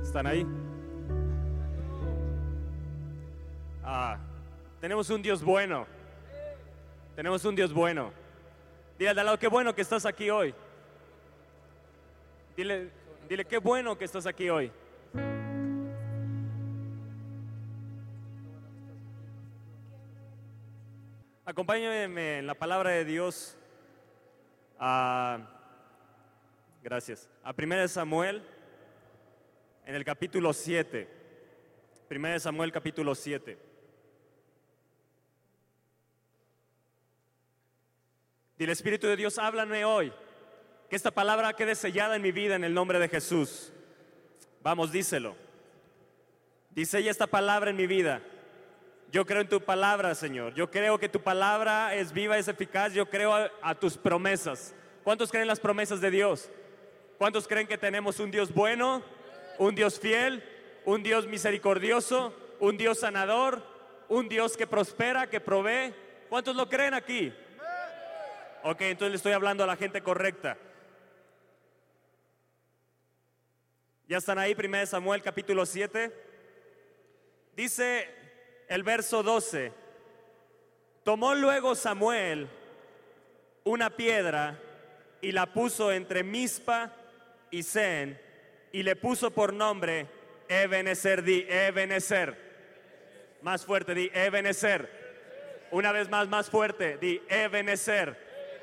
¿Están ahí? Tenemos un Dios bueno. Tenemos un Dios bueno. Dile al de al lado, qué bueno que estás aquí hoy. Dile, qué bueno que estás aquí hoy. Acompáñame en la palabra de Dios. Gracias. A 1 Samuel, en el capítulo 7. 1 Samuel, capítulo 7. Dile, Espíritu de Dios, háblame hoy. Que esta palabra quede sellada en mi vida en el nombre de Jesús. Vamos, díselo. Disella esta palabra en mi vida. Yo creo en tu palabra, Señor. Yo creo que tu palabra es viva, es eficaz. Yo creo a tus promesas. ¿Cuántos creen las promesas de Dios? ¿Cuántos creen que tenemos un Dios bueno, un Dios fiel, un Dios misericordioso, un Dios sanador, un Dios que prospera, que provee? ¿Cuántos lo creen aquí? Ok, entonces le estoy hablando a la gente correcta. ¿Ya están ahí? 1 Samuel capítulo 7. Dice el verso 12. Tomó luego Samuel una piedra y la puso entre Mizpa y Sen y le puso por nombre Ebenezer. Di Ebenezer. Más fuerte, di Ebenezer. Una vez más fuerte, di Ebenezer.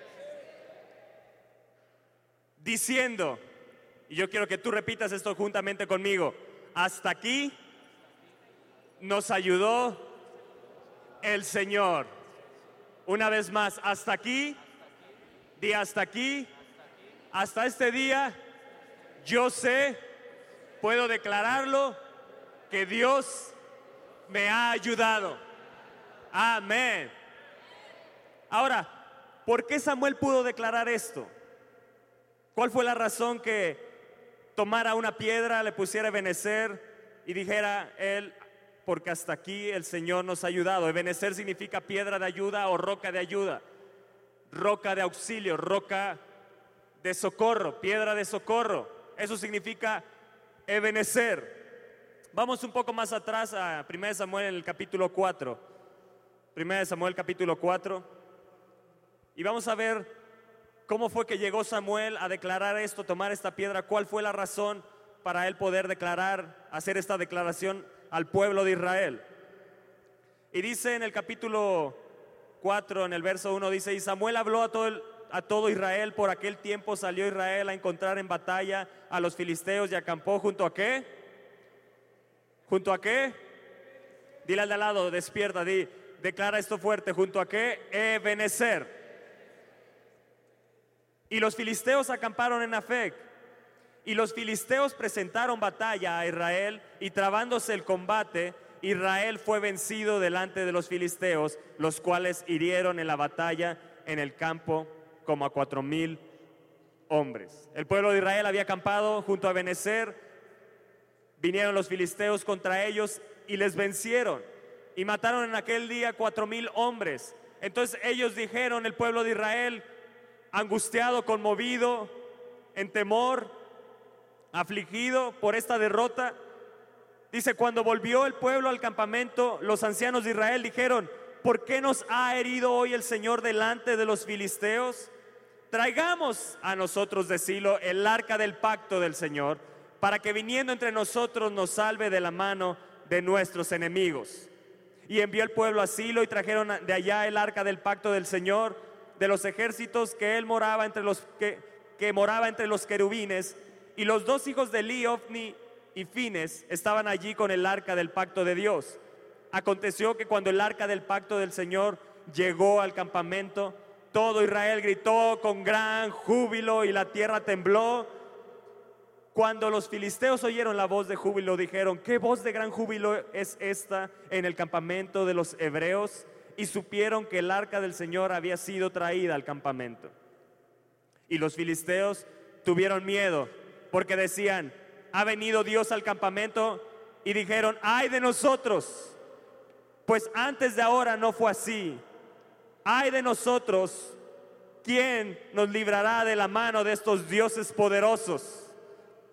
Diciendo, y yo quiero que tú repitas esto juntamente conmigo: hasta aquí nos ayudó el Señor. Una vez más, hasta aquí, di hasta aquí, hasta este día, yo sé, puedo declararlo, que Dios me ha ayudado. Amén. Ahora, ¿por qué Samuel pudo declarar esto? ¿Cuál fue la razón que tomara una piedra, le pusiera Ebenezer y dijera él, porque hasta aquí el Señor nos ha ayudado? Ebenezer significa piedra de ayuda o roca de ayuda, roca de auxilio, roca de socorro, piedra de socorro. Eso significa Ebenezer. Vamos un poco más atrás a 1 Samuel en el capítulo 4. 1 Samuel capítulo 4. Y vamos a ver cómo fue que llegó Samuel a declarar esto, tomar esta piedra. ¿Cuál fue la razón para él poder declarar, hacer esta declaración al pueblo de Israel? Y dice en el capítulo 4, en el verso 1, dice: y Samuel habló a todo Israel. Por aquel tiempo salió Israel a encontrar en batalla a los filisteos y acampó junto a ¿qué? ¿Junto a qué? Dile al de al lado, despierta, declara esto fuerte: ¿junto a qué? Ebenezer. Y los filisteos acamparon en Afec. Y los filisteos presentaron batalla a Israel, y trabándose el combate, Israel fue vencido delante de los filisteos, los cuales hirieron en la batalla en el campo como a 4,000 hombres. El pueblo de Israel había acampado junto a Ebenezer. Vinieron los filisteos contra ellos y les vencieron, y mataron en aquel día 4,000 hombres. Entonces ellos dijeron, el pueblo de Israel, angustiado, conmovido, en temor, afligido por esta derrota, dice: cuando volvió el pueblo al campamento, los ancianos de Israel dijeron: ¿por qué nos ha herido hoy el Señor delante de los filisteos? Traigamos a nosotros de Silo el arca del pacto del Señor, para que viniendo entre nosotros nos salve de la mano de nuestros enemigos. Y envió el pueblo a Silo, y trajeron de allá el arca del pacto del Señor de los ejércitos, que él moraba entre que moraba entre los querubines. Y los dos hijos de Eli, Ofni y Fines, estaban allí con el arca del pacto de Dios. Aconteció que cuando el arca del pacto del Señor llegó al campamento, todo Israel gritó con gran júbilo y la tierra tembló. Cuando los filisteos oyeron la voz de júbilo, dijeron: ¿qué voz de gran júbilo es esta en el campamento de los hebreos? Y supieron que el arca del Señor había sido traída al campamento. Y los filisteos tuvieron miedo, porque decían: ¿ha venido Dios al campamento? Y dijeron: ¡ay de nosotros! Pues antes de ahora no fue así. ¡Ay de nosotros! ¿Quién nos librará de la mano de estos dioses poderosos?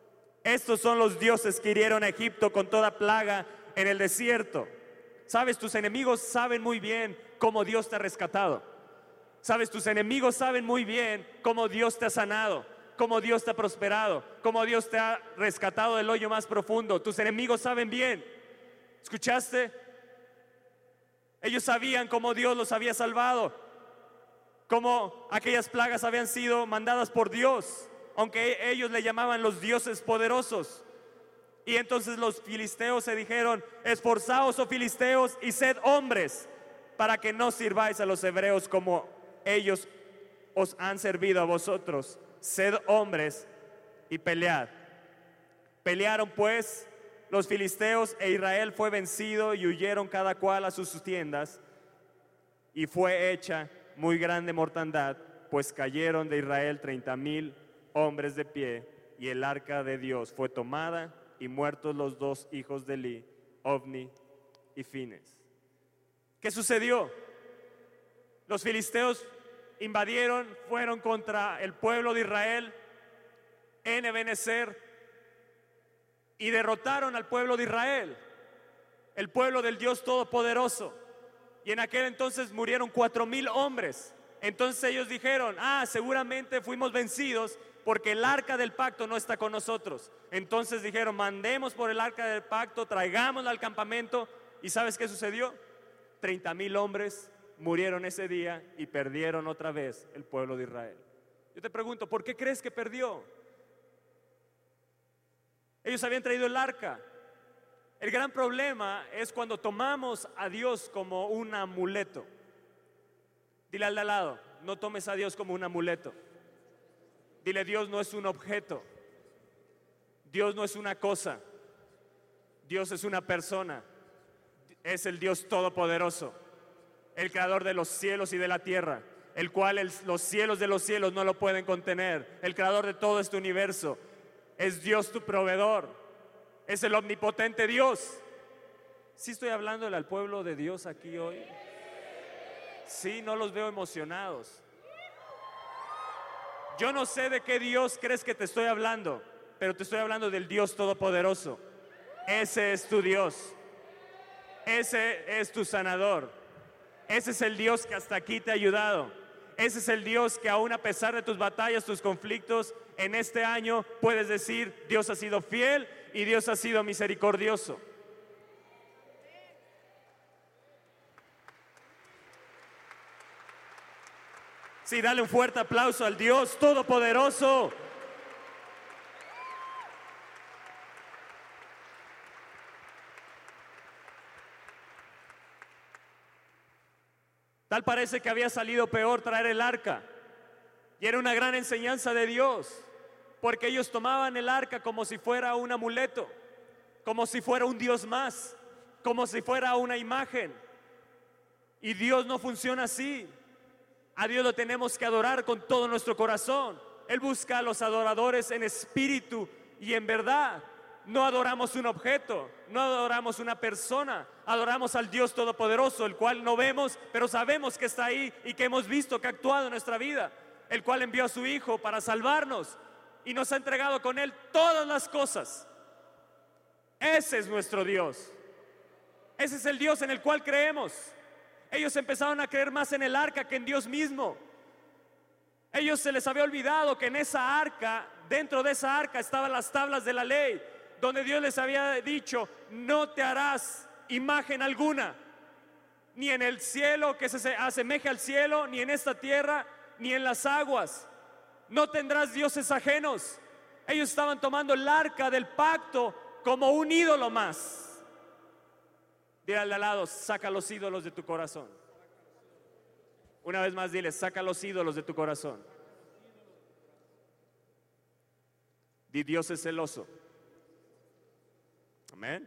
Estos son los dioses que hirieron a Egipto con toda plaga en el desierto. Sabes, tus enemigos saben muy bien cómo Dios te ha rescatado. Sabes, tus enemigos saben muy bien cómo Dios te ha sanado, cómo Dios te ha prosperado, cómo Dios te ha rescatado del hoyo más profundo. Tus enemigos saben bien. ¿Escuchaste? Ellos sabían cómo Dios los había salvado, cómo aquellas plagas habían sido mandadas por Dios, aunque ellos le llamaban los dioses poderosos. Y entonces los filisteos se dijeron: esforzaos, oh filisteos, y sed hombres, para que no sirváis a los hebreos como ellos os han servido a vosotros. Sed hombres y pelead. Pelearon pues los filisteos, e Israel fue vencido, y huyeron cada cual a sus tiendas, y fue hecha muy grande mortandad, pues cayeron de Israel 30,000 hombres de pie, y el arca de Dios fue tomada, y muertos los dos hijos de Eli, Ofni y Fines. ¿Qué sucedió? Los filisteos invadieron, fueron contra el pueblo de Israel en Ebenezer, y derrotaron al pueblo de Israel, el pueblo del Dios Todopoderoso. Y en aquel entonces murieron 4,000 hombres. Entonces ellos dijeron: seguramente fuimos vencidos porque el arca del pacto no está con nosotros. Entonces dijeron: mandemos por el arca del pacto, traigámosla al campamento. ¿Y sabes qué sucedió? 30,000 hombres murieron ese día y perdieron otra vez el pueblo de Israel. Yo te pregunto, ¿por qué crees que perdió? Ellos habían traído el arca. El gran problema es cuando tomamos a Dios como un amuleto. Dile al de al lado: no tomes a Dios como un amuleto. Dile: Dios no es un objeto. Dios no es una cosa. Dios es una persona. Es el Dios Todopoderoso, el creador de los cielos y de la tierra, el cual los cielos de los cielos no lo pueden contener, el creador de todo este universo. Es Dios tu proveedor, es el omnipotente Dios. ¿Sí estoy hablándole al pueblo de Dios aquí hoy? Sí, no los veo emocionados. Yo no sé de qué Dios crees que te estoy hablando, pero te estoy hablando del Dios Todopoderoso. Ese es tu Dios. Ese es tu sanador. Ese es el Dios que hasta aquí te ha ayudado. Ese es el Dios que aún a pesar de tus batallas, tus conflictos, en este año puedes decir: Dios ha sido fiel y Dios ha sido misericordioso. Sí, dale un fuerte aplauso al Dios Todopoderoso. Tal parece que había salido peor traer el arca. Y era una gran enseñanza de Dios, porque ellos tomaban el arca como si fuera un amuleto, como si fuera un Dios más, como si fuera una imagen. Y Dios no funciona así. A Dios lo tenemos que adorar con todo nuestro corazón. Él busca a los adoradores en espíritu y en verdad. No adoramos un objeto, no adoramos una persona, adoramos al Dios Todopoderoso, el cual no vemos, pero sabemos que está ahí y que hemos visto que ha actuado en nuestra vida, el cual envió a su Hijo para salvarnos y nos ha entregado con Él todas las cosas. Ese es nuestro Dios. Ese es el Dios en el cual creemos. Ellos empezaron a creer más en el arca que en Dios mismo. Ellos se les había olvidado que en esa arca, dentro de esa arca estaban las tablas de la ley, donde Dios les había dicho: no te harás imagen alguna, ni en el cielo que se asemeje al cielo, ni en esta tierra, ni en las aguas. No tendrás dioses ajenos. Ellos estaban tomando el arca del pacto como un ídolo más. Dile al de al lado: saca los ídolos de tu corazón. Una vez más dile: saca los ídolos de tu corazón. Di: Dios es celoso. Amén.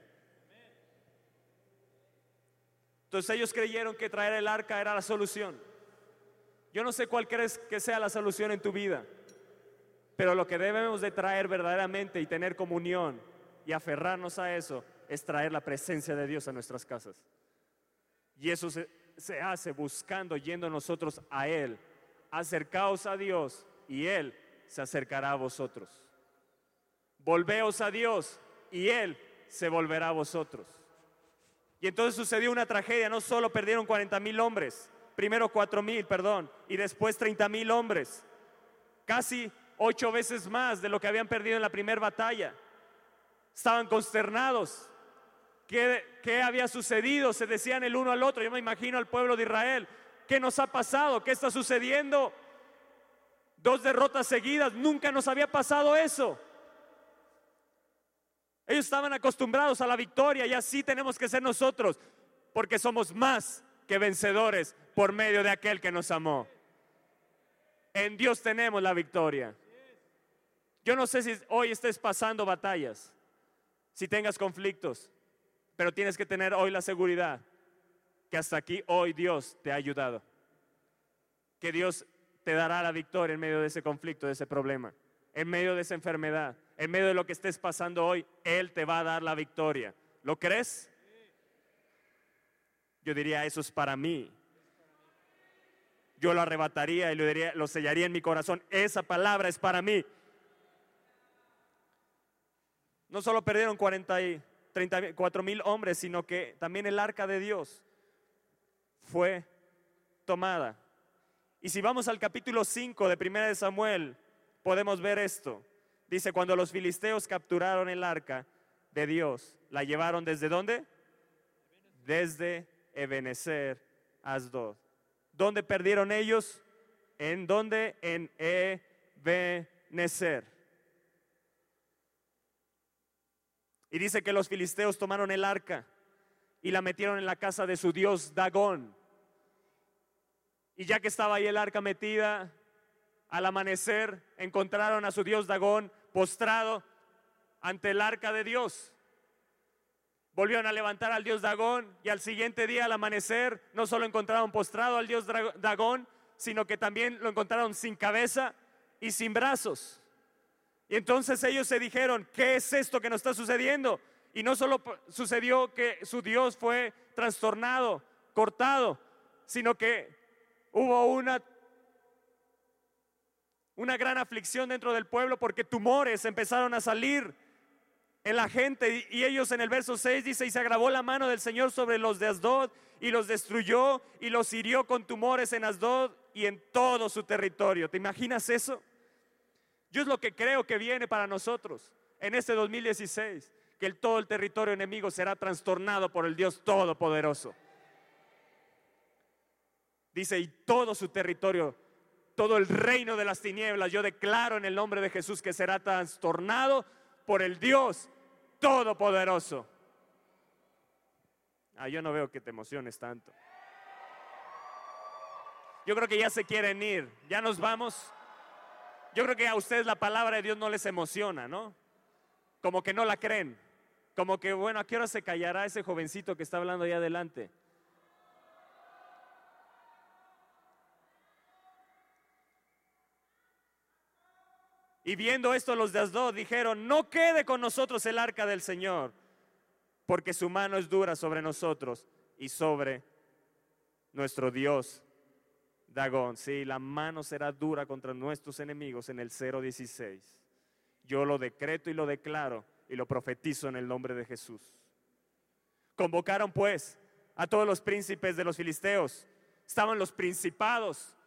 Entonces ellos creyeron que traer el arca era la solución. Yo no sé cuál crees que sea la solución en tu vida, pero lo que debemos de traer verdaderamente y tener comunión y aferrarnos a eso es traer la presencia de Dios a nuestras casas. Y eso se hace buscando, yendo nosotros a Él. Acercaos a Dios y Él se acercará a vosotros. volveos a Dios y Él se volverá a vosotros. Y entonces sucedió una tragedia, no solo perdieron 40,000 hombres, primero 4,000, y después 30,000 hombres, casi 8 veces más de lo que habían perdido en la primera batalla. Estaban consternados. ¿Qué había sucedido? Se decían el uno al otro. Yo me imagino al pueblo de Israel. ¿Qué nos ha pasado? ¿Qué está sucediendo? 2 derrotas seguidas. Nunca nos había pasado eso. Ellos estaban acostumbrados a la victoria y así tenemos que ser nosotros, porque somos más que vencedores por medio de aquel que nos amó. En Dios tenemos la victoria. Yo no sé si hoy estés pasando batallas, si tengas conflictos, pero tienes que tener hoy la seguridad que hasta aquí hoy Dios te ha ayudado, que Dios te dará la victoria en medio de ese conflicto, de ese problema, en medio de esa enfermedad, en medio de lo que estés pasando hoy. Él te va a dar la victoria. ¿Lo crees? Yo diría, eso es para mí. Yo lo arrebataría y lo sellaría en mi corazón. Esa palabra es para mí. No solo perdieron 34,000 hombres, sino que también el arca de Dios fue tomada. Y si vamos al capítulo 5 de 1 de Samuel, podemos ver esto. Dice, cuando los filisteos capturaron el arca de Dios, ¿la llevaron desde dónde? Desde Ebenezer a Asdod. ¿Dónde perdieron ellos? ¿En dónde? En Ebenezer. Y dice que los filisteos tomaron el arca y la metieron en la casa de su dios Dagón. Y ya que estaba ahí el arca metida, al amanecer encontraron a su dios Dagón postrado ante el arca de Dios. Volvieron a levantar al dios Dagón y al siguiente día, al amanecer, no solo encontraron postrado al dios Dagón, sino que también lo encontraron sin cabeza y sin brazos. Y entonces ellos se dijeron, ¿qué es esto que nos está sucediendo? Y no solo sucedió que su Dios fue trastornado, cortado, sino que hubo una gran aflicción dentro del pueblo, porque tumores empezaron a salir en la gente. Y ellos, en el verso 6 dice, y se agravó la mano del Señor sobre los de Asdod y los destruyó y los hirió con tumores en Asdod y en todo su territorio. ¿Te imaginas eso? Yo es lo que creo que viene para nosotros en este 2016, que todo el territorio enemigo será trastornado por el Dios Todopoderoso. Dice, y todo su territorio, todo el reino de las tinieblas, yo declaro en el nombre de Jesús que será trastornado por el Dios Todopoderoso. Yo no veo que te emociones tanto. Yo creo que ya se quieren ir, ya nos vamos. Yo creo que a ustedes la palabra de Dios no les emociona, ¿no? Como que no la creen. Como que, bueno, ¿a qué hora se callará ese jovencito que está hablando ahí adelante? Y viendo esto, los de Asdod dijeron, no quede con nosotros el arca del Señor, porque su mano es dura sobre nosotros y sobre nuestro Dios Dagón. Sí, la mano será dura contra nuestros enemigos en el 0:16. Yo lo decreto y lo declaro y lo profetizo en el nombre de Jesús. Convocaron pues a todos los príncipes de los filisteos. Estaban los principados.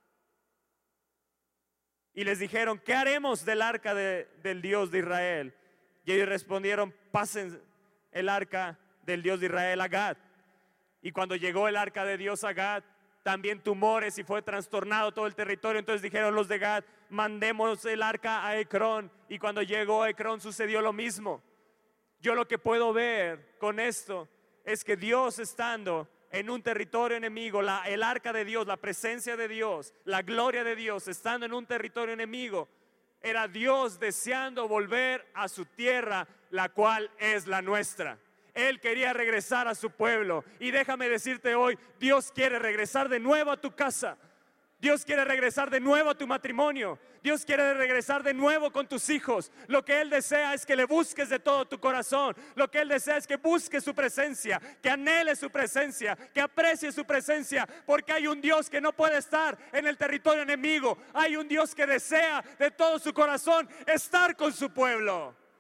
Y les dijeron, ¿qué haremos del arca del Dios de Israel? Y ellos respondieron, pasen el arca del Dios de Israel a Gad. Y cuando llegó el arca de Dios a Gad, también tumores y fue trastornado todo el territorio. Entonces dijeron los de Gad, mandemos el arca a Ecrón. Y cuando llegó a Ecrón sucedió lo mismo. Yo lo que puedo ver con esto es que Dios, estando en un territorio enemigo, el arca de Dios, la presencia de Dios, la gloria de Dios, estando en un territorio enemigo, era Dios deseando volver a su tierra, la cual es la nuestra. Él quería regresar a su pueblo. Y déjame decirte hoy, Dios quiere regresar de nuevo a tu casa. Dios quiere regresar de nuevo a tu matrimonio. Dios quiere regresar de nuevo con tus hijos. Lo que Él desea es que le busques de todo tu corazón. Lo que Él desea es que busques su presencia, que anheles su presencia, que aprecies su presencia, porque hay un Dios que no puede estar en el territorio enemigo. Hay un Dios que desea de todo su corazón estar con su pueblo.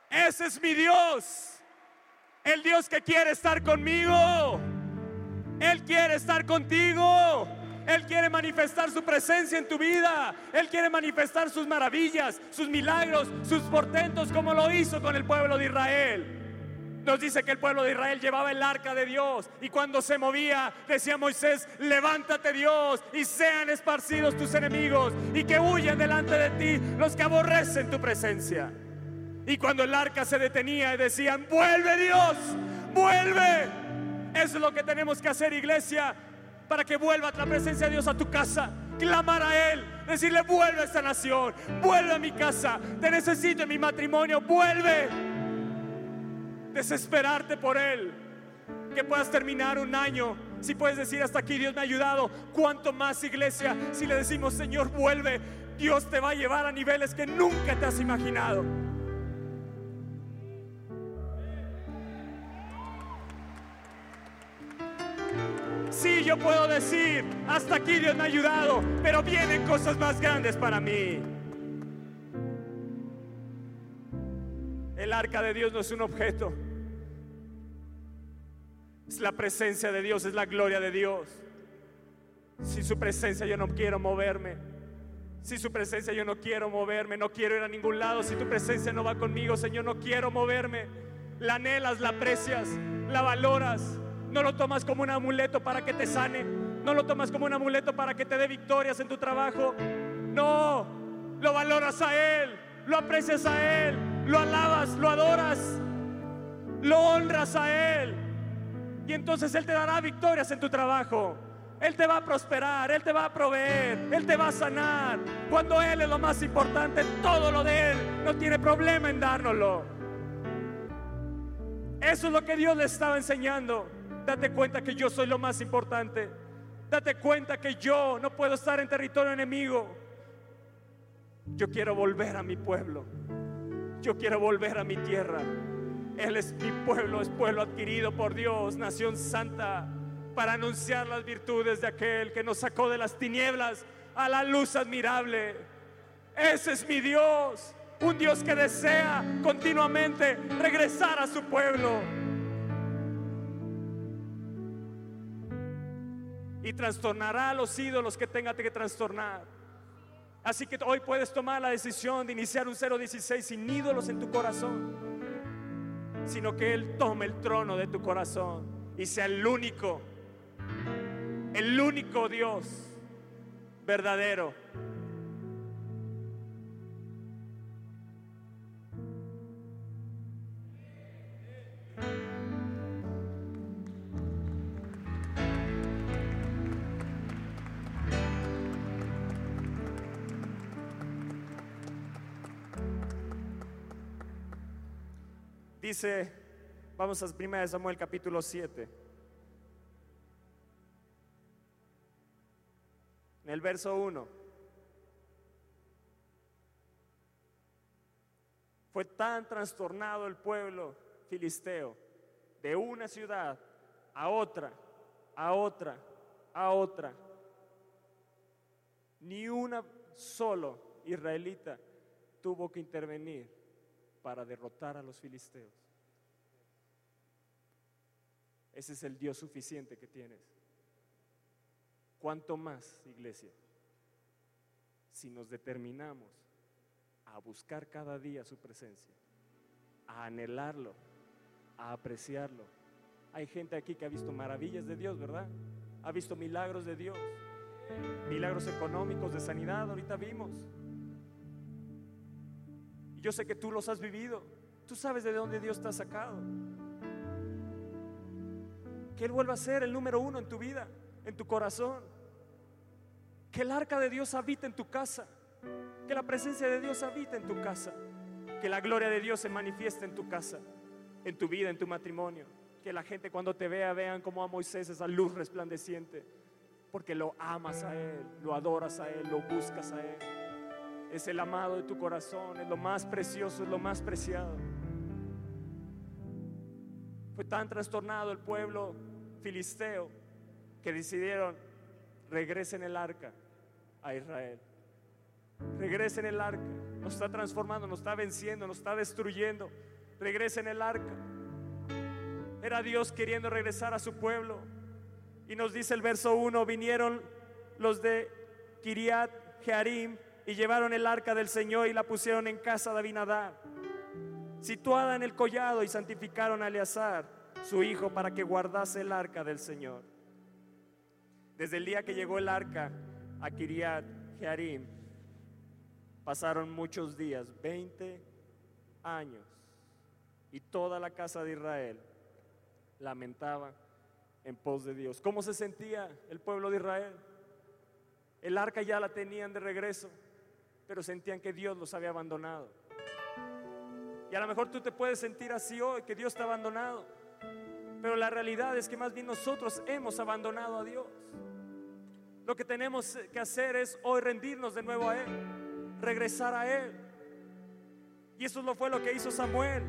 Ese es mi Dios, el Dios que quiere estar conmigo. Él quiere estar contigo. Él quiere manifestar su presencia en tu vida. Él quiere manifestar sus maravillas, sus milagros, sus portentos, como lo hizo con el pueblo de Israel. Nos dice que el pueblo de Israel llevaba el arca de Dios, y cuando se movía decía Moisés: levántate, Dios, y sean esparcidos tus enemigos, y que huyan delante de ti los que aborrecen tu presencia. Y cuando el arca se detenía, decían: vuelve, Dios, vuelve. Eso es lo que tenemos que hacer, iglesia, para que vuelva la presencia de Dios a tu casa. Clamar a Él, decirle: vuelve a esta nación, vuelve a mi casa, te necesito en mi matrimonio, vuelve. Desesperarte por Él, que puedas terminar un año. Si puedes decir: hasta aquí Dios me ha ayudado, cuánto más, iglesia, si le decimos: Señor, vuelve. Dios te va a llevar a niveles que nunca te has imaginado. Sí, yo puedo decir: hasta aquí Dios me ha ayudado, pero vienen cosas más grandes para mí. El arca de Dios no es un objeto, es la presencia de Dios, es la gloria de Dios. Sin su presencia yo no quiero moverme. Sin su presencia yo no quiero moverme, no quiero ir a ningún lado. Si tu presencia no va conmigo, Señor, no quiero moverme. La anhelas, la aprecias, la valoras. No lo tomas como un amuleto para que te sane. No lo tomas como un amuleto para que te dé victorias en tu trabajo. No, lo valoras a Él, lo aprecias a Él, lo alabas, lo adoras, lo honras a Él. Y entonces Él te dará victorias en tu trabajo. Él te va a prosperar, Él te va a proveer, Él te va a sanar. Cuando Él es lo más importante, todo lo de Él no tiene problema en dárnoslo. Eso es lo que Dios le estaba enseñando. Date cuenta que yo soy lo más importante. Date cuenta que yo no puedo estar en territorio enemigo. Yo quiero volver a mi pueblo. Yo quiero volver a mi tierra. Él es mi pueblo, es pueblo adquirido por Dios, nación santa, para anunciar las virtudes de aquel que nos sacó de las tinieblas a la luz admirable. Ese es mi Dios, un Dios que desea continuamente regresar a su pueblo y trastornará a los ídolos que tenga que trastornar. Así que hoy puedes tomar la decisión de iniciar un 016 sin ídolos en tu corazón, sino que Él tome el trono de tu corazón y sea el único Dios verdadero. Dice, vamos a 1 Samuel capítulo 7. En el verso 1. Fue tan trastornado el pueblo filisteo de una ciudad a otra, a otra, a otra. Ni una solo israelita tuvo que intervenir para derrotar a los filisteos. Ese es el Dios suficiente que tienes. ¿Cuánto más, iglesia, si nos determinamos a buscar cada día su presencia, a anhelarlo, a apreciarlo? Hay gente aquí que ha visto maravillas de Dios, ¿verdad? Ha visto milagros de Dios, milagros económicos, de sanidad, ahorita vimos. Y yo sé que tú los has vivido. Tú sabes de dónde Dios te ha sacado. Que Él vuelva a ser el número uno en tu vida, en tu corazón. Que el arca de Dios habite en tu casa. Que la presencia de Dios habite en tu casa. Que la gloria de Dios se manifieste en tu casa, en tu vida, en tu matrimonio. Que la gente cuando te vea, vean como a Moisés, esa luz resplandeciente. Porque lo amas a Él, lo adoras a Él, lo buscas a Él. Es el amado de tu corazón, es lo más precioso, es lo más preciado. Fue tan trastornado el pueblo filisteo que decidieron: regresen el arca a Israel. Regresen el arca. Nos está transformando, nos está venciendo, nos está destruyendo. regresen el arca. Era Dios queriendo regresar a su pueblo. Y nos dice el verso 1: vinieron los de Kiriat Jearim y llevaron el arca del Señor y la pusieron en casa de Abinadab, situada en el collado, y santificaron a Eleazar, su hijo, para que guardase el arca del Señor. Desde el día que llegó el arca a Kiriat Jearim, pasaron muchos días, 20 años, y toda la casa de Israel lamentaba en pos de Dios. ¿Cómo se sentía el pueblo de Israel? El arca ya la tenían de regreso, pero sentían que Dios los había abandonado. Y a lo mejor tú te puedes sentir así hoy, que Dios te ha abandonado, pero la realidad es que más bien nosotros hemos abandonado a Dios. Lo que tenemos que hacer es hoy rendirnos de nuevo a Él, regresar a Él. Y eso fue lo que hizo Samuel.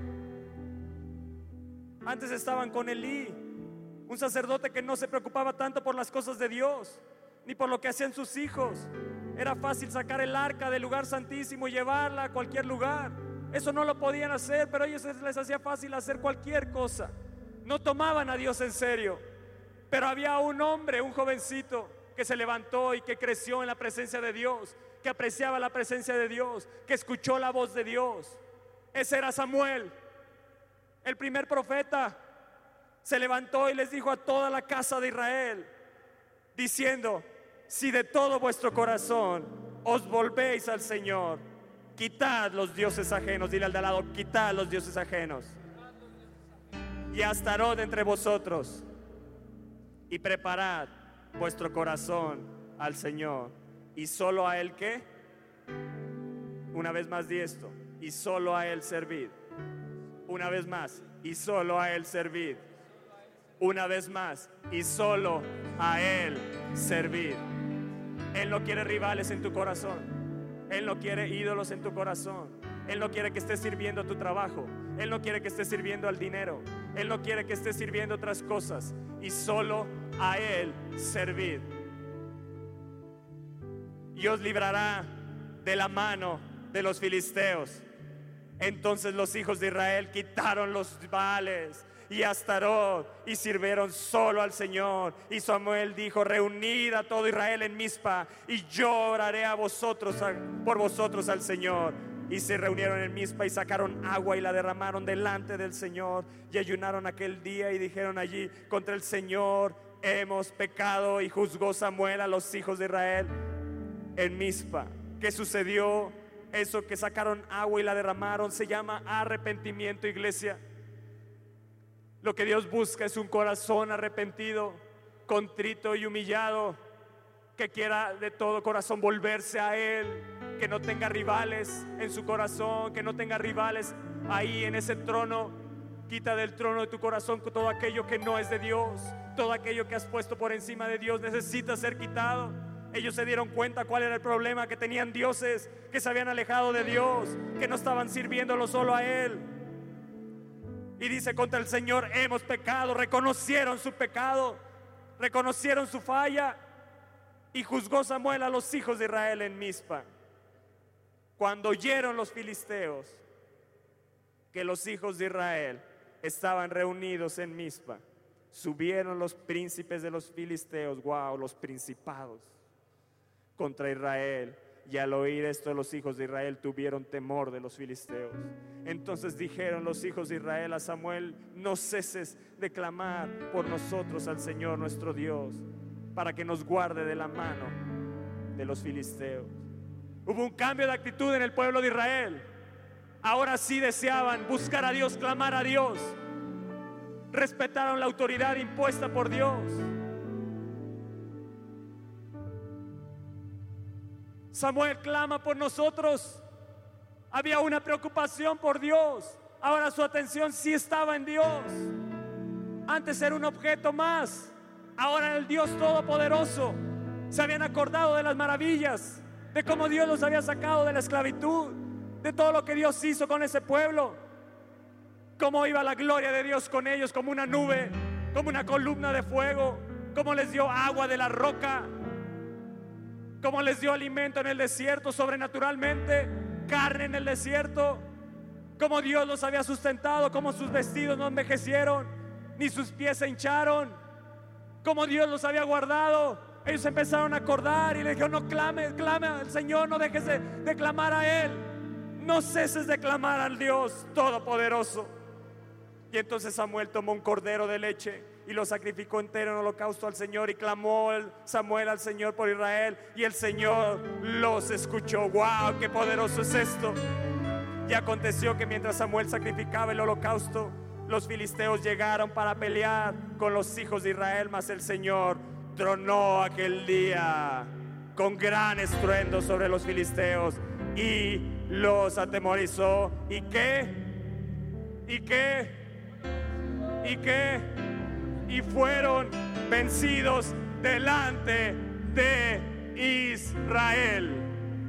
Antes estaban con Elí, un sacerdote que no se preocupaba tanto por las cosas de Dios, ni por lo que hacían sus hijos. Era fácil sacar el arca del lugar santísimo y llevarla a cualquier lugar. Eso no lo podían hacer, pero a ellos les hacía fácil hacer cualquier cosa. No tomaban a Dios en serio. Pero había un hombre, un jovencito, que se levantó y que creció en la presencia de Dios, que apreciaba la presencia de Dios, que escuchó la voz de Dios. Ese era Samuel, el primer profeta. Se levantó y les dijo a toda la casa de Israel, diciendo: si de todo vuestro corazón os volvéis al Señor, quitad los dioses ajenos. Dile al de al lado: quitad los dioses ajenos, y Astarot entre vosotros, y preparad vuestro corazón al Señor, y solo a Él, ¿qué? Una vez más di esto: y solo a Él servid. Una vez más: y solo a Él servid. Una vez más: y solo a Él servid. Él no quiere rivales en tu corazón. Él no quiere ídolos en tu corazón. Él no quiere que estés sirviendo a tu trabajo. Él no quiere que estés sirviendo al dinero. Él no quiere que estés sirviendo otras cosas. Y solo a Él servid. Y os librará de la mano de los filisteos. Entonces los hijos de Israel quitaron los Baales y Astarot y sirvieron solo al Señor. Y Samuel dijo: reunid a todo Israel en Mizpa, y yo oraré a vosotros, por vosotros al Señor. Y se reunieron en Mizpa y sacaron agua y la derramaron delante del Señor, y ayunaron aquel día y dijeron allí: contra el Señor hemos pecado. Y juzgó Samuel a los hijos de Israel en Mizpa. ¿Qué sucedió? Eso que sacaron agua y la derramaron se llama arrepentimiento, iglesia. Lo que Dios busca es un corazón arrepentido, contrito y humillado, que quiera de todo corazón volverse a Él, que no tenga rivales en su corazón, que no tenga rivales ahí en ese trono. Quita del trono de tu corazón todo aquello que no es de Dios, todo aquello que has puesto por encima de Dios necesita ser quitado. Ellos se dieron cuenta cuál era el problema, que tenían dioses que se habían alejado de Dios, que no estaban sirviéndolo solo a Él. Y dice: contra el Señor hemos pecado. Reconocieron su pecado, reconocieron su falla. Y juzgó Samuel a los hijos de Israel en Mizpa. Cuando oyeron los filisteos que los hijos de Israel estaban reunidos en Mizpa, subieron los príncipes de los filisteos, los principados, contra Israel. Y al oír esto, los hijos de Israel tuvieron temor de los filisteos. Entonces dijeron los hijos de Israel a Samuel: no ceses de clamar por nosotros al Señor nuestro Dios, para que nos guarde de la mano de los filisteos. Hubo un cambio de actitud en el pueblo de Israel. Ahora sí deseaban buscar a Dios, clamar a Dios. Respetaron la autoridad impuesta por Dios. Samuel clama por nosotros. Había una preocupación por Dios. Ahora su atención sí estaba en Dios. Antes era un objeto más. Ahora el Dios Todopoderoso. Se habían acordado de las maravillas, de cómo Dios los había sacado de la esclavitud, de todo lo que Dios hizo con ese pueblo, cómo iba la gloria de Dios con ellos, como una nube, como una columna de fuego, cómo les dio agua de la roca, cómo les dio alimento en el desierto sobrenaturalmente, carne en el desierto. Cómo Dios los había sustentado, cómo sus vestidos no envejecieron, ni sus pies se hincharon. Cómo Dios los había guardado. Ellos empezaron a acordar y le dijeron: no clame, clame al Señor, no dejes de clamar a Él. No ceses de clamar al Dios Todopoderoso. Y entonces Samuel tomó un cordero de leche y lo sacrificó entero en holocausto al Señor. Y clamó Samuel al Señor por Israel, y el Señor los escuchó. ¡Wow! ¡Qué poderoso es esto! Y aconteció que mientras Samuel sacrificaba el holocausto, los filisteos llegaron para pelear con los hijos de Israel, mas el Señor tronó aquel día con gran estruendo sobre los filisteos y los atemorizó. ¿Y qué? ¿Y qué? ¿Y qué? Y fueron vencidos delante de Israel.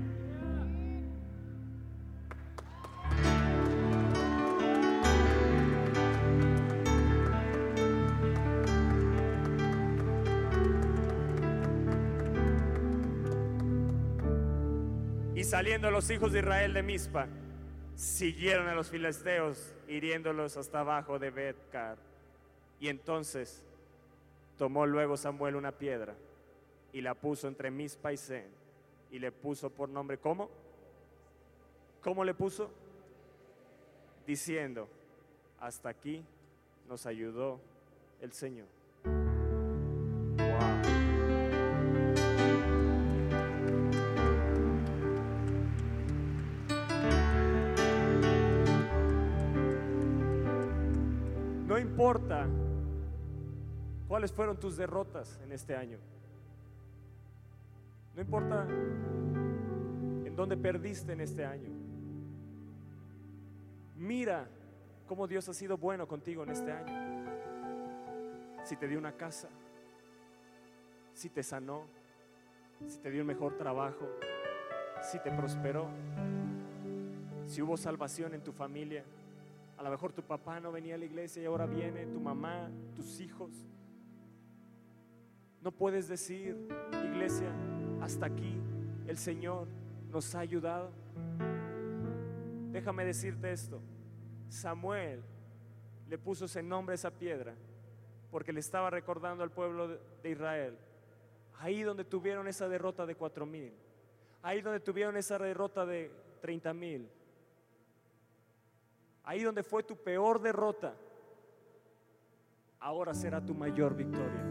Y saliendo los hijos de Israel de Mizpa, siguieron a los filisteos, hiriéndolos hasta abajo de Bet-car. Y entonces tomó luego Samuel una piedra y la puso entre Mizpa y Sen, y le puso por nombre, ¿cómo? ¿Cómo le puso? Diciendo: hasta aquí nos ayudó el Señor. No importa cuáles fueron tus derrotas en este año. No importa en dónde perdiste en este año. Mira cómo Dios ha sido bueno contigo en este año. Si te dio una casa, si te sanó, si te dio un mejor trabajo, si te prosperó, si hubo salvación en tu familia. A lo mejor tu papá no venía a la iglesia y ahora viene, tu mamá, tus hijos. No puedes decir, iglesia, hasta aquí el Señor nos ha ayudado. Déjame decirte esto: Samuel le puso ese nombre a esa piedra porque le estaba recordando al pueblo de Israel, ahí donde tuvieron esa derrota de 4,000, ahí donde tuvieron esa derrota de 30,000, ahí donde fue tu peor derrota, ahora será tu mayor victoria.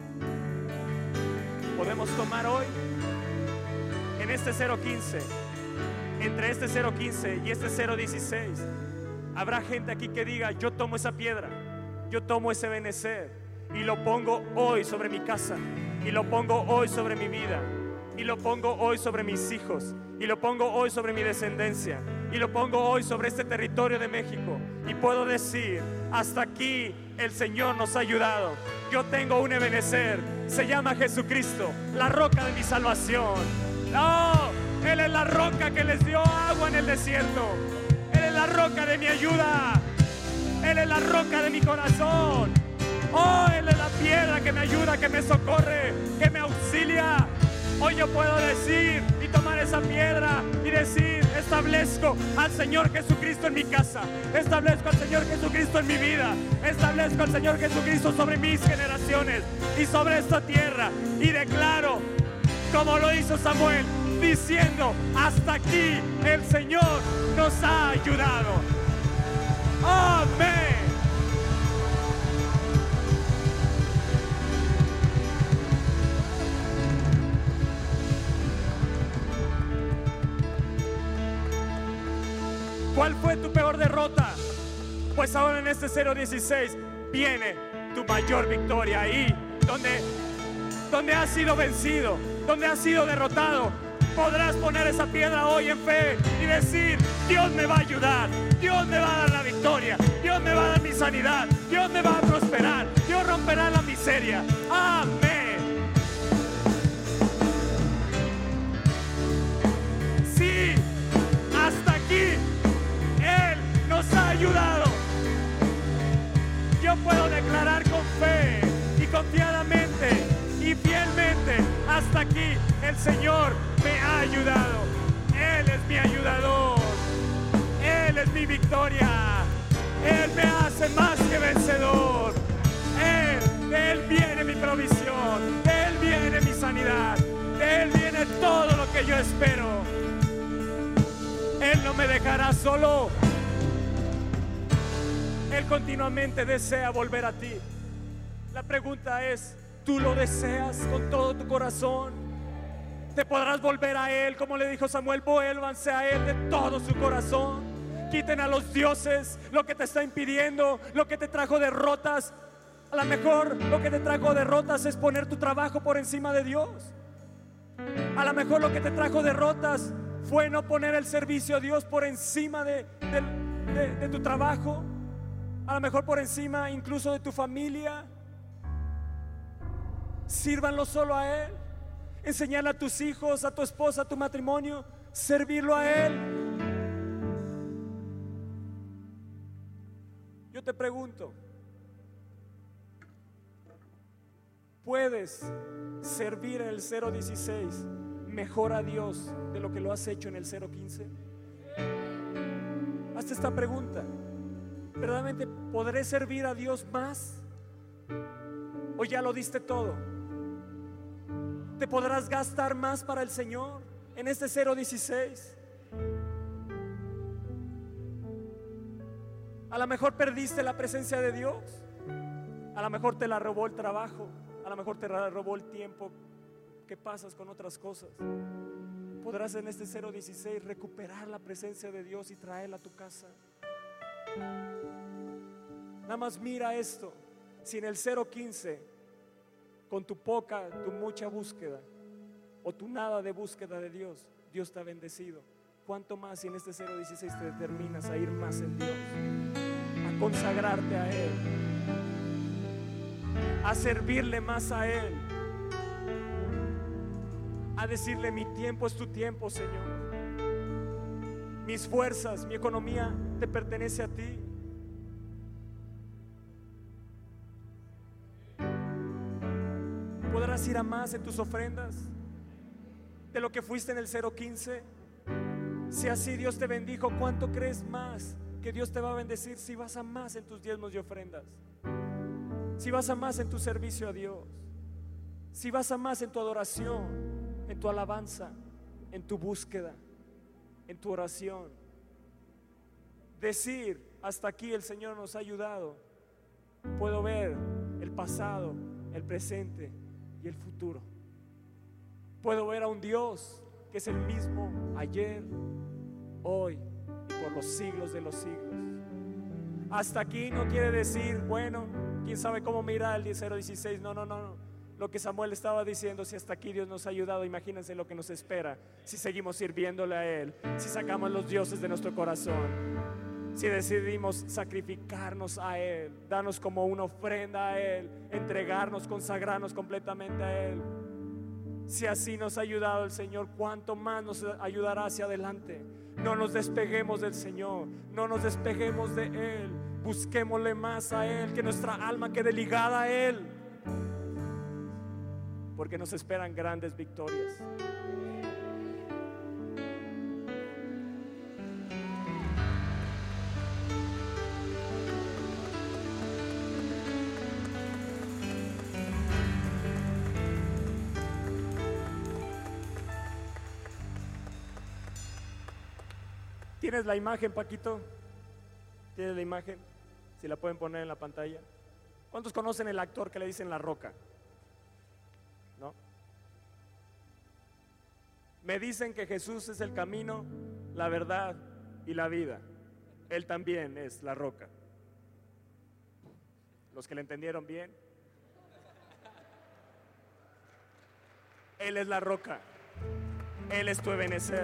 Podemos tomar hoy, en este 0:15, entre este 0:15 y este 0:16, habrá gente aquí que diga: yo tomo esa piedra, yo tomo ese Ebenezer y lo pongo hoy sobre mi casa, y lo pongo hoy sobre mi vida, y lo pongo hoy sobre mis hijos, y lo pongo hoy sobre mi descendencia, y lo pongo hoy sobre este territorio de México. Y puedo decir: hasta aquí el Señor nos ha ayudado. Yo tengo un Ebenezer, se llama Jesucristo, la roca de mi salvación. Oh, Él es la roca que les dio agua en el desierto. Él es la roca de mi ayuda. Él es la roca de mi corazón. Oh, Él es la piedra que me ayuda, que me socorre, que me auxilia. Hoy yo puedo decir y tomar esa piedra y decir: establezco al Señor Jesucristo en mi casa, establezco al Señor Jesucristo en mi vida, establezco al Señor Jesucristo sobre mis generaciones y sobre esta tierra. Y declaro, como lo hizo Samuel, diciendo: hasta aquí el Señor nos ha ayudado. Amén. ¿Cuál fue tu peor derrota? Pues ahora en este 0:16 viene tu mayor victoria. Ahí donde has sido vencido, donde has sido derrotado, podrás poner esa piedra hoy en fe y decir: Dios me va a ayudar, Dios me va a dar la victoria, Dios me va a dar mi sanidad, Dios me va a prosperar, Dios romperá la miseria. Amén. Sí, hasta aquí Él nos ha ayudado. Yo puedo declarar con fe y confiadamente y fielmente: hasta aquí el Señor me ha ayudado. Él es mi ayudador, Él es mi victoria. porque yo espero. Él no me dejará solo. Él continuamente desea volver a ti. La pregunta es, ¿tú lo deseas con todo tu corazón? ¿Te podrás volver a Él? Como le dijo Samuel, vuélvanse a Él de todo su corazón. Quiten a los dioses lo que te está impidiendo, lo que te trajo derrotas. A lo mejor lo que te trajo derrotas es poner tu trabajo por encima de Dios. A lo mejor lo que te trajo derrotas fue no poner el servicio a Dios por encima de tu trabajo. A lo mejor por encima incluso de tu familia. Sírvanlo solo a Él. Enseñarle a tus hijos, a tu esposa, a tu matrimonio, servirlo a Él. Yo te pregunto, ¿puedes servir en el 016 mejor a Dios de lo que lo has hecho en el 015? Hazte esta pregunta. ¿Verdaderamente podré servir a Dios más? ¿O ya lo diste todo? ¿Te podrás gastar más para el Señor en este 016? A lo mejor perdiste la presencia de Dios. A lo mejor te la robó el trabajo. A lo mejor te la robó el tiempo que pasas con otras cosas. Podrás en este 016 recuperar la presencia de Dios y traerla a tu casa. Nada más mira esto. Si en el 015, con tu poca, tu mucha búsqueda o tu nada de búsqueda de Dios, Dios te ha bendecido, ¿cuánto más si en este 016 te determinas a ir más en Dios, a consagrarte a Él, a servirle más a Él, a decirle: mi tiempo es tu tiempo, Señor, mis fuerzas, mi economía te pertenece a ti? ¿Podrás ir a más en tus ofrendas de lo que fuiste en el 015? Si así Dios te bendijo, ¿cuánto crees más que Dios te va a bendecir si vas a más en tus diezmos y ofrendas? Si vas a más en tu servicio a Dios, si vas a más en tu adoración, en tu alabanza, en tu búsqueda, en tu oración. Decir: hasta aquí el Señor nos ha ayudado. Puedo ver el pasado, el presente y el futuro. Puedo ver a un Dios que es el mismo ayer, hoy y por los siglos de los siglos. Hasta aquí no quiere decir, bueno, quién sabe cómo me irá el 016. No. Lo que Samuel estaba diciendo, si hasta aquí Dios nos ha ayudado, imagínense lo que nos espera si seguimos sirviéndole a Él, si sacamos los dioses de nuestro corazón, si decidimos sacrificarnos a Él, darnos como una ofrenda a Él, entregarnos, consagrarnos completamente a Él. Si así nos ha ayudado el Señor, ¿cuánto más nos ayudará hacia adelante? No nos despeguemos del Señor, no nos despeguemos de Él. Busquémosle más a Él, que nuestra alma quede ligada a Él, porque nos esperan grandes victorias. ¿Tienes la imagen, Paquito? ¿Tienes la imagen? Si la pueden poner en la pantalla. ¿Cuántos conocen el actor que le dicen La Roca? ¿No? Me dicen que Jesús es el camino, la verdad y la vida. Él también es la roca. Los que le entendieron bien. Él es la roca. Él es tu Ebenezer.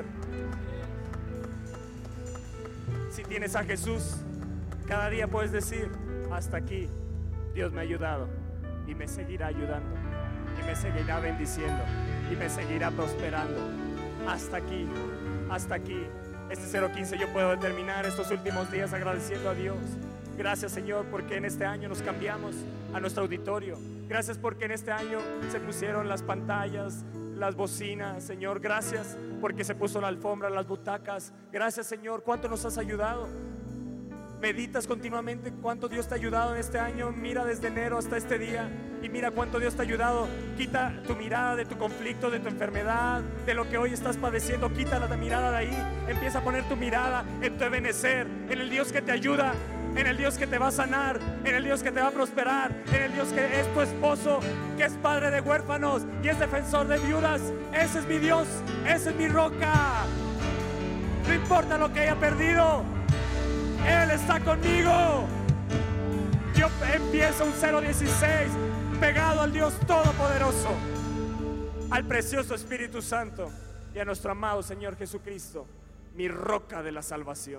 Si tienes a Jesús, cada día puedes decir: hasta aquí Dios me ha ayudado y me seguirá ayudando y me seguirá bendiciendo y me seguirá prosperando. Hasta aquí, hasta aquí. Este 015 yo puedo terminar estos últimos días agradeciendo a Dios. Gracias, Señor, porque en este año nos cambiamos a nuestro auditorio. Gracias porque en este año se pusieron las pantallas, las bocinas, Señor. Gracias porque se puso la alfombra, las butacas. Gracias, Señor, cuánto nos has ayudado. Meditas continuamente cuánto Dios te ha ayudado en este año. Mira desde enero hasta este día. y mira cuánto Dios te ha ayudado. Quita tu mirada de tu conflicto, de tu enfermedad, de lo que hoy estás padeciendo. Quita la mirada de ahí. Empieza a poner tu mirada en tu Ebenezer, en el Dios que te ayuda, en el Dios que te va a sanar, en el Dios que te va a prosperar, en el Dios que es tu esposo, que es padre de huérfanos y es defensor de viudas. Ese es mi Dios, esa es mi roca. No importa lo que haya perdido, Él está conmigo. Yo empiezo un 0:16 pegado al Dios Todopoderoso, al precioso Espíritu Santo y a nuestro amado Señor Jesucristo, mi roca de la salvación.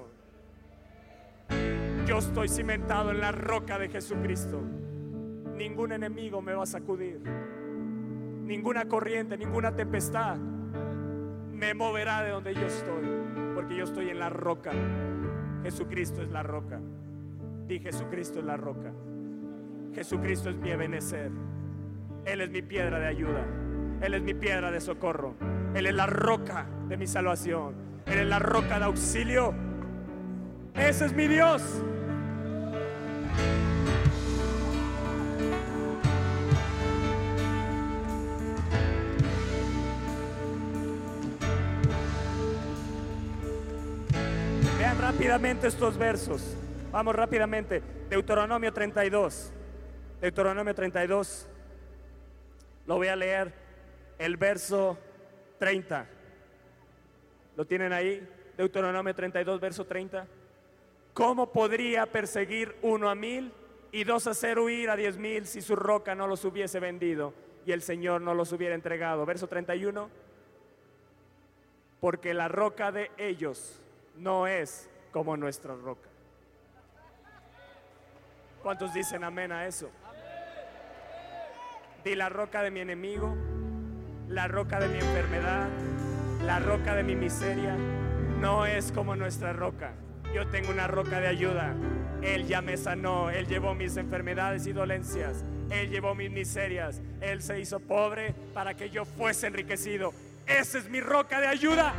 Yo estoy cimentado en la roca de Jesucristo. Ningún enemigo me va a sacudir. Ninguna corriente, ninguna tempestad me moverá de donde yo estoy, porque yo estoy en la roca. Jesucristo es la roca. Di: Jesucristo es la roca. Jesucristo es mi Ebenezer. Él es mi piedra de ayuda. Él es mi piedra de socorro. Él es la roca de mi salvación. Él es la roca de auxilio. Ese es mi Dios. Vean rápidamente estos versos. Vamos rápidamente. Deuteronomio 32. Deuteronomio 32. Lo voy a leer. El verso 30. ¿Lo tienen ahí? Deuteronomio 32, verso 30. ¿Cómo podría perseguir 1 a 1000 y 2 hacer huir a 10,000 si su roca no los hubiese vendido y el Señor no los hubiera entregado? Verso 31. Porque la roca de ellos no es como nuestra roca. ¿Cuántos dicen amén a eso? Di: la roca de mi enemigo, la roca de mi enfermedad, la roca de mi miseria, no es como nuestra roca. Yo tengo una roca de ayuda. Él ya me sanó. Él llevó mis enfermedades y dolencias. Él llevó mis miserias. Él se hizo pobre para que yo fuese enriquecido. Esa es mi roca de ayuda.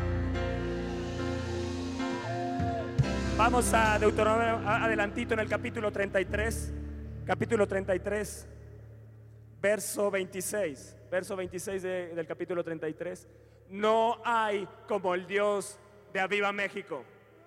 Vamos a Deuteronomio, adelantito en el capítulo 33. Capítulo 33, verso 26. Verso 26 del capítulo 33. No hay como el Dios de Aviva México,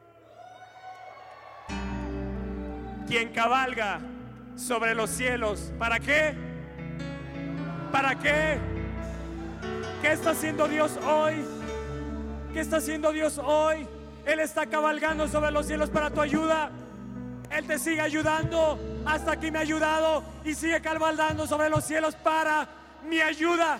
quien cabalga sobre los cielos. ¿Para qué? ¿Para qué? ¿Qué está haciendo Dios hoy? ¿Qué está haciendo Dios hoy? Él está cabalgando sobre los cielos para tu ayuda. Él te sigue ayudando. Hasta aquí me ha ayudado y sigue cabalgando sobre los cielos para mi ayuda.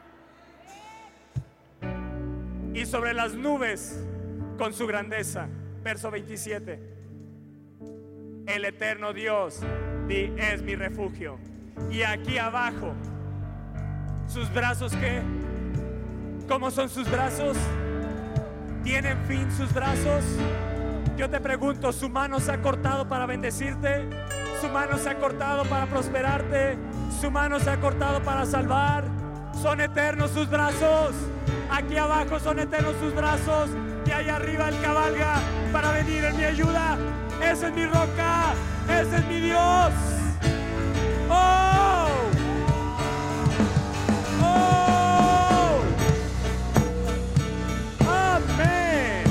Y sobre las nubes con su grandeza. Verso 27. El eterno Dios es mi refugio. Y aquí abajo, sus brazos, ¿qué? ¿Cómo son sus brazos? ¿Tienen fin sus brazos? Yo te pregunto, ¿su mano se ha cortado para bendecirte? ¿Su mano se ha cortado para prosperarte? ¿Su mano se ha cortado para salvar? Son eternos sus brazos. Aquí abajo son eternos sus brazos. Y allá arriba Él cabalga para venir en mi ayuda. Esa es mi roca. Ese es mi Dios. ¡Oh! ¡Oh! ¡Amén!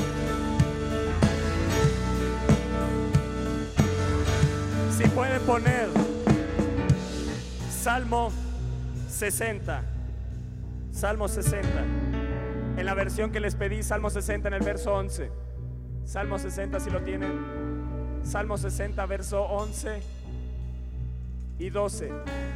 Si pueden poner Salmo 60. Salmo 60. En la versión que les pedí, Salmo 60 en el verso 11. Salmo 60, si lo tienen. Salmo 60, verso 11 y 12.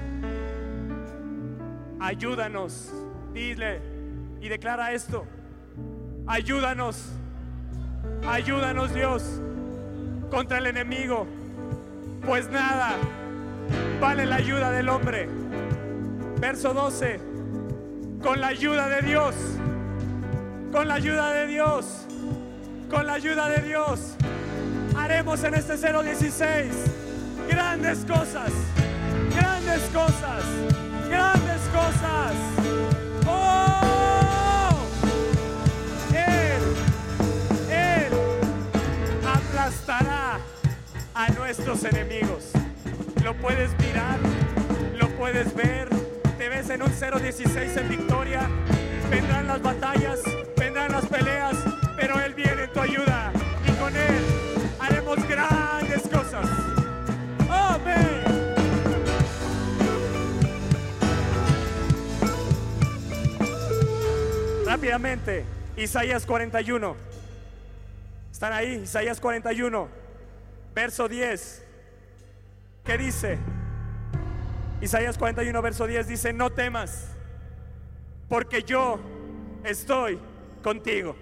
Ayúdanos, dile y declara esto. Ayúdanos, ayúdanos Dios contra el enemigo, pues nada vale la ayuda del hombre. Verso 12. Con la ayuda de Dios, con la ayuda de Dios, con la ayuda de Dios, haremos en este 016 grandes cosas, grandes cosas, grandes cosas. ¡Oh! Él aplastará a nuestros enemigos. Lo puedes mirar, lo puedes puedes ver, te ves en un 0-16 en victoria. Vendrán las batallas, vendrán las peleas, pero Él viene en tu ayuda y con Él haremos grandes cosas. Amén. Rápidamente, Isaías 41. ¿Están ahí? Isaías 41, verso 10. ¿Qué dice? Isaías 41, verso 10 dice: no temas, porque yo estoy contigo.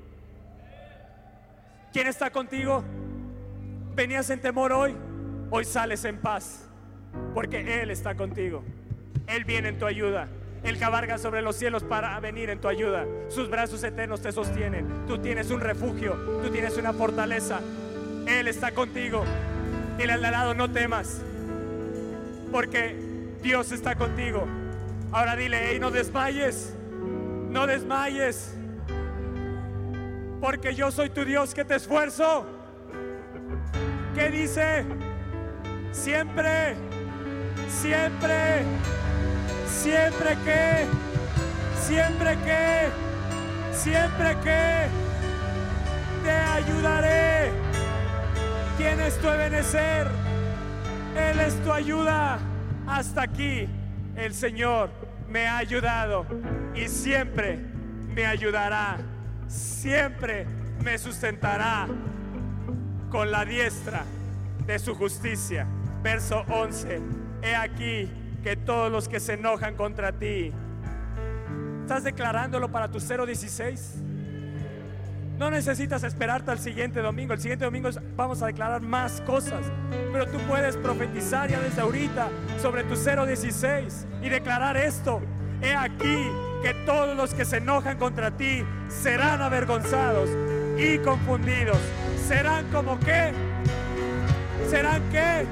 ¿Quién está contigo? ¿Venías en temor hoy? Hoy sales en paz, porque Él está contigo. Él viene en tu ayuda. Él cabalga sobre los cielos para venir en tu ayuda. Sus brazos eternos te sostienen. Tú tienes un refugio, tú tienes una fortaleza. Él está contigo. Dile al de al lado: no temas, porque Dios está contigo. Ahora dile: hey, no desmayes, no desmayes, porque yo soy tu Dios que te esfuerzo. ¿Qué dice? Siempre, siempre, siempre que, siempre que, siempre que te ayudaré. ¿Quién es tu Ebenezer? Él es tu ayuda. Hasta aquí el Señor me ha ayudado y siempre me ayudará. Siempre me sustentará con la diestra de su justicia. Verso 11. He aquí que todos los que se enojan contra ti. ¿Estás declarándolo para tu 016? No necesitas esperarte al siguiente domingo. El siguiente domingo vamos a declarar más cosas, pero tú puedes profetizar ya desde ahorita sobre tu 016 y declarar esto: he aquí que todos los que se enojan contra ti serán avergonzados y confundidos. ¿Serán como qué? ¿Serán qué?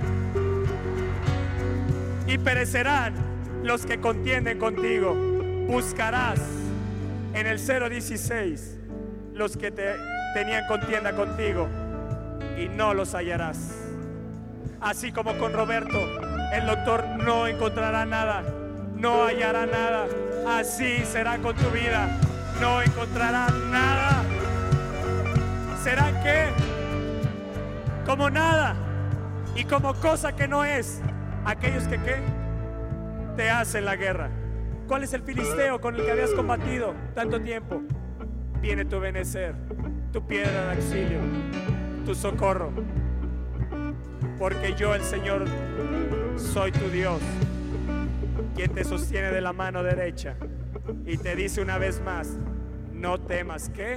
Y perecerán los que contienden contigo. Buscarás en el 016 los que tenían contienda contigo y no los hallarás. Así como con Roberto, el doctor no encontrará nada, no hallará nada. Así será con tu vida, no encontrará nada. ¿Serán qué? Como nada y como cosa que no es. Aquellos que ¿qué? Te hacen la guerra. ¿Cuál es el filisteo con el que habías combatido tanto tiempo? Viene tu Ebenezer, tu piedra de auxilio, tu socorro. Porque yo, el Señor, soy tu Dios, quien te sostiene de la mano derecha y te dice una vez más: no temas. ¿Qué?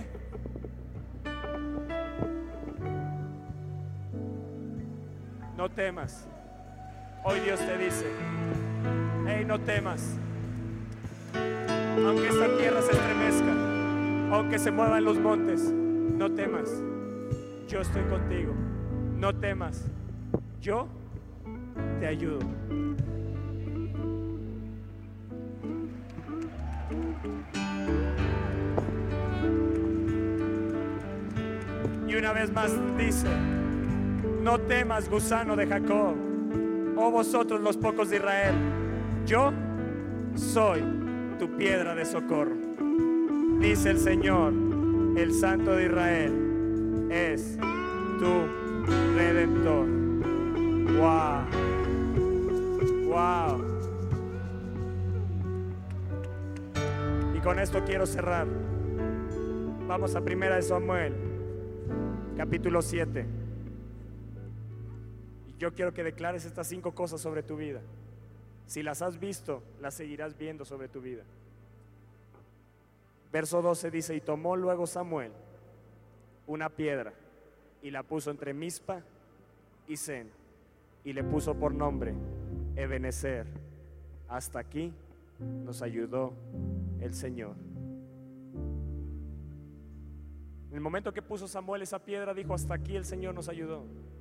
No temas. Hoy Dios te dice: hey, no temas. Aunque esta tierra se estremezca, aunque se muevan los montes, no temas. Yo estoy contigo. No temas. Yo te ayudo. Y una vez más dice: no temas, gusano de Jacob, oh vosotros los pocos de Israel. Yo soy tu piedra de socorro. Dice el Señor, el Santo de Israel es tu Redentor. Wow, wow. Y con esto quiero cerrar. Vamos a 1 Samuel, capítulo 7. Y yo quiero que declares estas 5 cosas sobre tu vida. Si las has visto, las seguirás viendo sobre tu vida. Verso 12 dice: y tomó luego Samuel una piedra y la puso entre Mizpa y Sen, y le puso por nombre Ebenezer. Hasta aquí nos ayudó el Señor. En el momento que puso Samuel esa piedra, dijo: hasta aquí el Señor nos ayudó.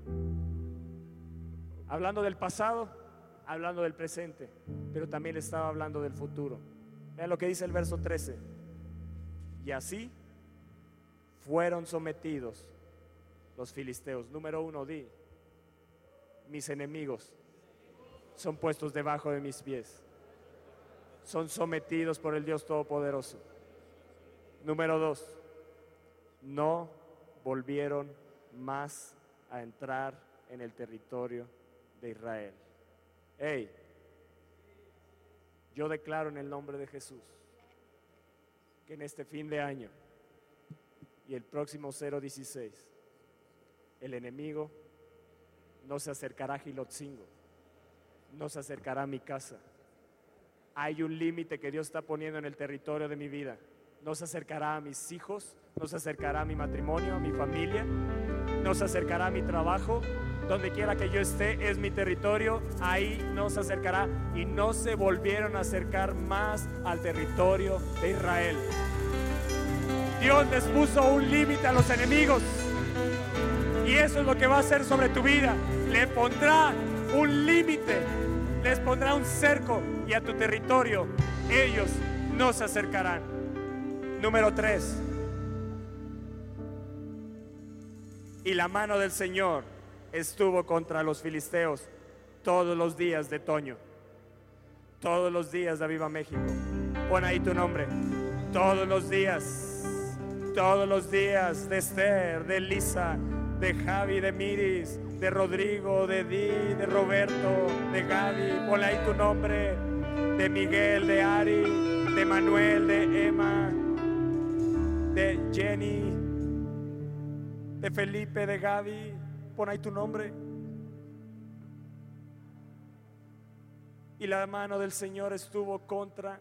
Hablando del pasado, hablando del presente, pero también estaba hablando del futuro. Vean lo que dice el verso 13. Y así fueron sometidos los filisteos. Número 1, di: mis enemigos son puestos debajo de mis pies. Son sometidos por el Dios Todopoderoso. Número 2, no volvieron más a entrar en el territorio de Israel. Hey, yo declaro en el nombre de Jesús que en este fin de año y el próximo 016, el enemigo no se acercará a Gilotzingo, no se acercará a mi casa. Hay un límite que Dios está poniendo en el territorio de mi vida. No se acercará a mis hijos, no se acercará a mi matrimonio, a mi familia, no se acercará a mi trabajo. Donde quiera que yo esté es mi territorio, ahí no se acercará. Y no se volvieron a acercar más al territorio de Israel. Dios les puso un límite a los enemigos, y eso es lo que va a hacer sobre tu vida. Le pondrá un límite, les pondrá un cerco, y a tu territorio ellos no se acercarán. Número 3, y la mano del Señor estuvo contra los filisteos todos los días de Toño, todos los días de Aviva México. Pon ahí tu nombre. Todos los días de Esther, de Lisa, de Javi, de Miris, de Rodrigo, de Di, de Roberto, de Gaby. Pon ahí tu nombre. De Miguel, de Ari, de Manuel, de Emma, de Jenny, de Felipe, de Gaby. Pon ahí tu nombre. Y la mano del Señor estuvo contra,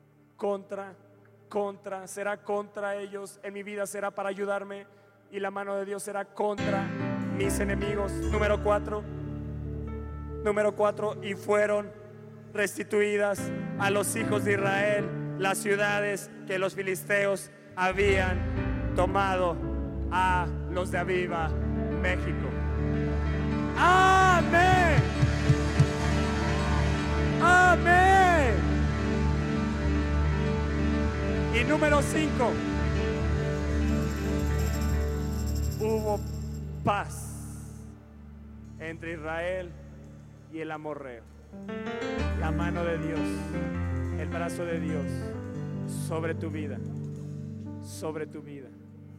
será contra ellos. En mi vida será para ayudarme, y la mano de Dios será contra mis enemigos. Número 4, y fueron restituidas a los hijos de Israel las ciudades que los filisteos habían tomado a los de Aviva México. Amén. Amén. Y número 5, hubo paz entre Israel y el amorreo. La mano de Dios, el brazo de Dios sobre tu vida, sobre tu vida.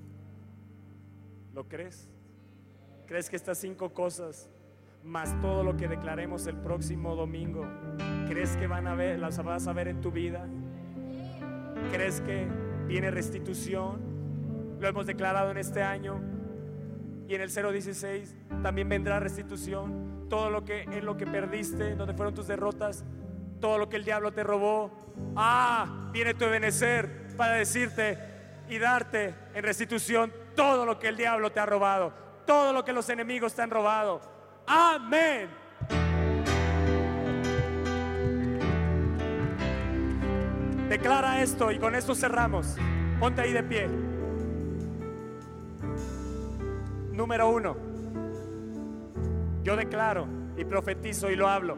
¿Lo crees? ¿Crees que estas 5 cosas, más todo lo que declaremos el próximo domingo, crees que las vas a ver en tu vida? ¿Crees que viene restitución? Lo hemos declarado en este año, y en el 016 también vendrá restitución. Todo lo que perdiste, donde fueron tus derrotas, todo lo que el diablo te robó, viene tu Ebenezer para decirte y darte en restitución todo lo que el diablo te ha robado, todo lo que los enemigos te han robado. Amén. Declara esto, y con esto cerramos. Ponte ahí de pie. Número 1, yo declaro y profetizo y lo hablo.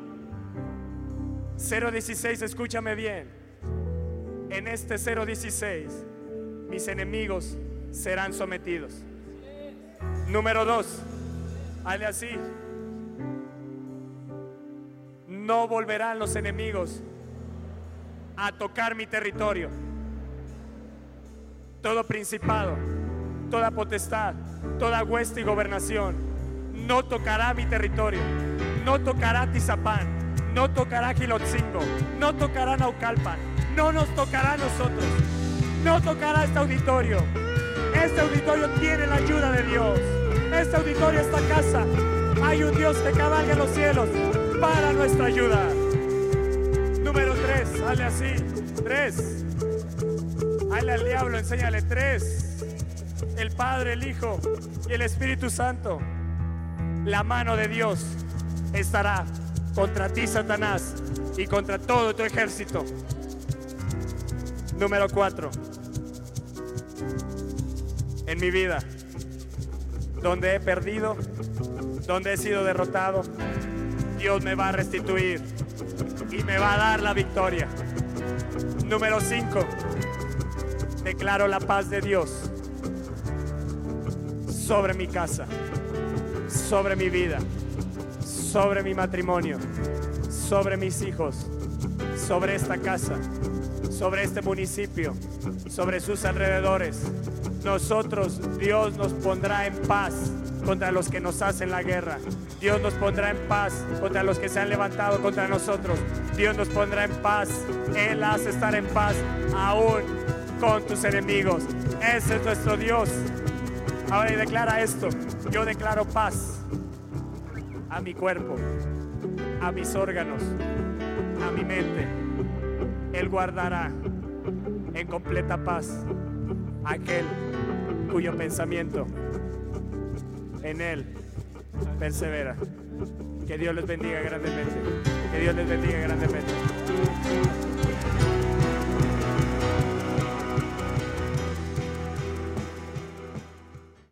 016, escúchame bien. En este 016 mis enemigos serán sometidos. Número 2, hazle así: no volverán los enemigos a tocar mi territorio. Todo principado, toda potestad, toda hueste y gobernación no tocará mi territorio, no tocará Tizapán, no tocará Gilotzingo, no tocará Naucalpan, no nos tocará a nosotros, no tocará este auditorio. Este auditorio tiene la ayuda de Dios. Este auditorio, esta casa, hay un Dios que cabalga en los cielos para nuestra ayuda. Número 3, hazle así. 3, hazle al diablo, enséñale. 3, el Padre, el Hijo y el Espíritu Santo. La mano de Dios estará contra ti, Satanás, y contra todo tu ejército. Número 4, en mi vida, donde he perdido, donde he sido derrotado, Dios me va a restituir y me va a dar la victoria. Número 5, declaro la paz de Dios sobre mi casa, sobre mi vida, sobre mi matrimonio, sobre mis hijos, sobre esta casa, sobre este municipio, sobre sus alrededores. Nosotros, Dios nos pondrá en paz contra los que nos hacen la guerra. Dios nos pondrá en paz contra los que se han levantado contra nosotros. Dios nos pondrá en paz. Él hace estar en paz aún con tus enemigos. Ese es nuestro Dios. Ahora y declara esto: yo declaro paz a mi cuerpo, a mis órganos, a mi mente. Él guardará en completa paz aquel cuyo pensamiento en Él persevera. Que Dios les bendiga grandemente. Que Dios les bendiga grandemente.